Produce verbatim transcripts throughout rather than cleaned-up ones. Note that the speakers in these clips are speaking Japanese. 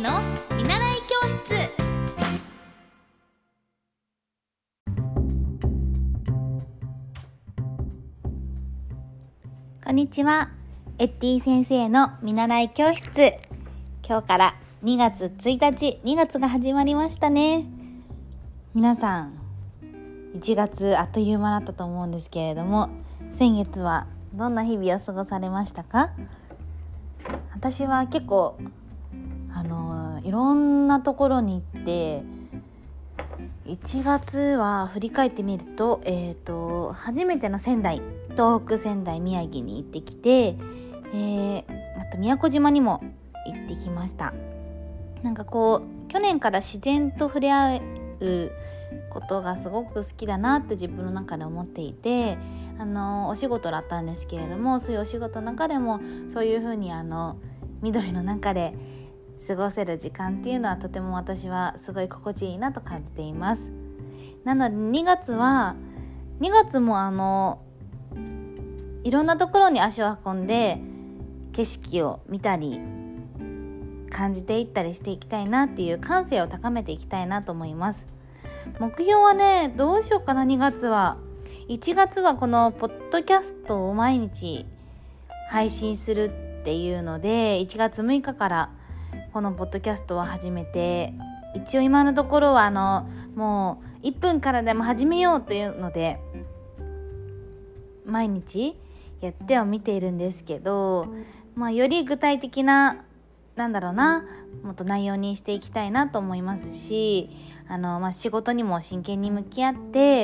の見習い教室。こんにちは、エッティ先生の見習い教室。今日からにがつついたち、にがつが始まりましたね。皆さんいちがつあっという間だったと思うんですけれども、先月はどんな日々を過ごされましたか？私は結構あのいろんなところに行って、いちがつは振り返ってみると、えーと初めての仙台、東北、仙台、宮城に行ってきて、えー、あと宮古島にも行ってきました。なんかこう去年から自然と触れ合うことがすごく好きだなって自分の中で思っていて、あのお仕事だったんですけれども、そういうお仕事の中でもそういう風にあの緑の中で過ごせる時間っていうのはとても私はすごい心地いいなと感じています。なのでにがつはにがつもあのいろんなところに足を運んで景色を見たり感じていったりしていきたいなっていう感性を高めていきたいなと思います。目標はね、どうしようかな。にがつはいちがつはこのポッドキャストを毎日配信するっていうので、いちがつむいかからこのポッドキャストを始めて、一応今のところはあのもういっぷんからでも始めようというので毎日やっては見ているんですけど、まあ、より具体的ななんだろうなもっと内容にしていきたいなと思いますし、あの、まあ、仕事にも真剣に向き合って、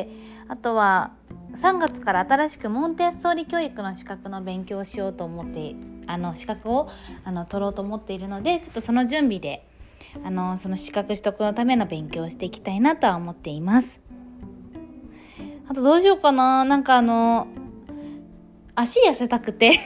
あとはさんがつから新しくモンテッソーリ教育の資格の勉強をしようと思って、あの資格をあの取ろうと思っているので、ちょっとその準備であのその資格取得のための勉強をしていきたいなとは思っています。あとどうしようかな、なんかあの足痩せたくて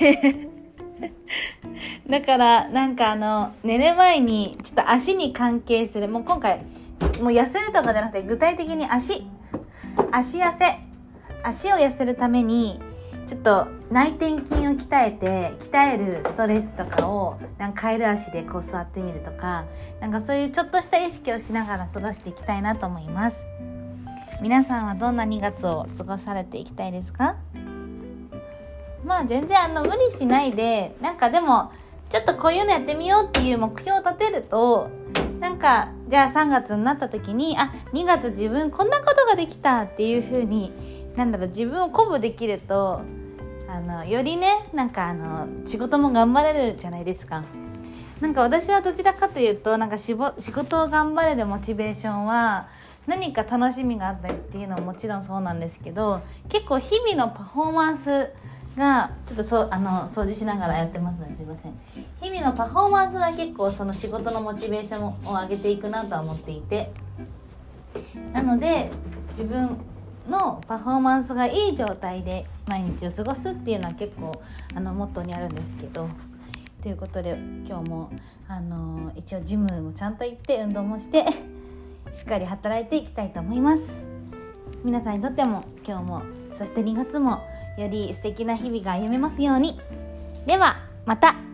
だからなんかあの寝る前にちょっと足に関係する、もう今回もう痩せるとかじゃなくて具体的に足足痩せ足を痩せるためにちょっと内転筋を鍛えて鍛えるストレッチとかをなんかカエル足でこう座ってみるとか、なんかそういうちょっとした意識をしながら過ごしていきたいなと思います。皆さんはどんなにがつを過ごされていきたいですか？まあ全然あの無理しないで、なんかでもちょっとこういうのやってみようっていう目標を立てると、なんかじゃあさんがつになった時に、あ、にがつ自分こんなことができたっていう風に、なんだろう、自分を鼓舞できると、あのよりね、なんかあの仕事も頑張れるじゃないですか。なんか私はどちらかというと、なんか仕事を頑張れるモチベーションは何か楽しみがあったりっていうのはもちろんそうなんですけど、結構日々のパフォーマンスがちょっとそうあの掃除しながらやってますのですいません。日々のパフォーマンスが結構その仕事のモチベーションを上げていくなとは思っていて、なので自分のパフォーマンスがいい状態で毎日を過ごすっていうのは結構あのモットーにあるんですけど、ということで今日もあの一応ジムもちゃんと行って運動もしてしっかり働いていきたいと思います。皆さんにとっても今日もそしてにがつもより素敵な日々が歩めますように。ではまた。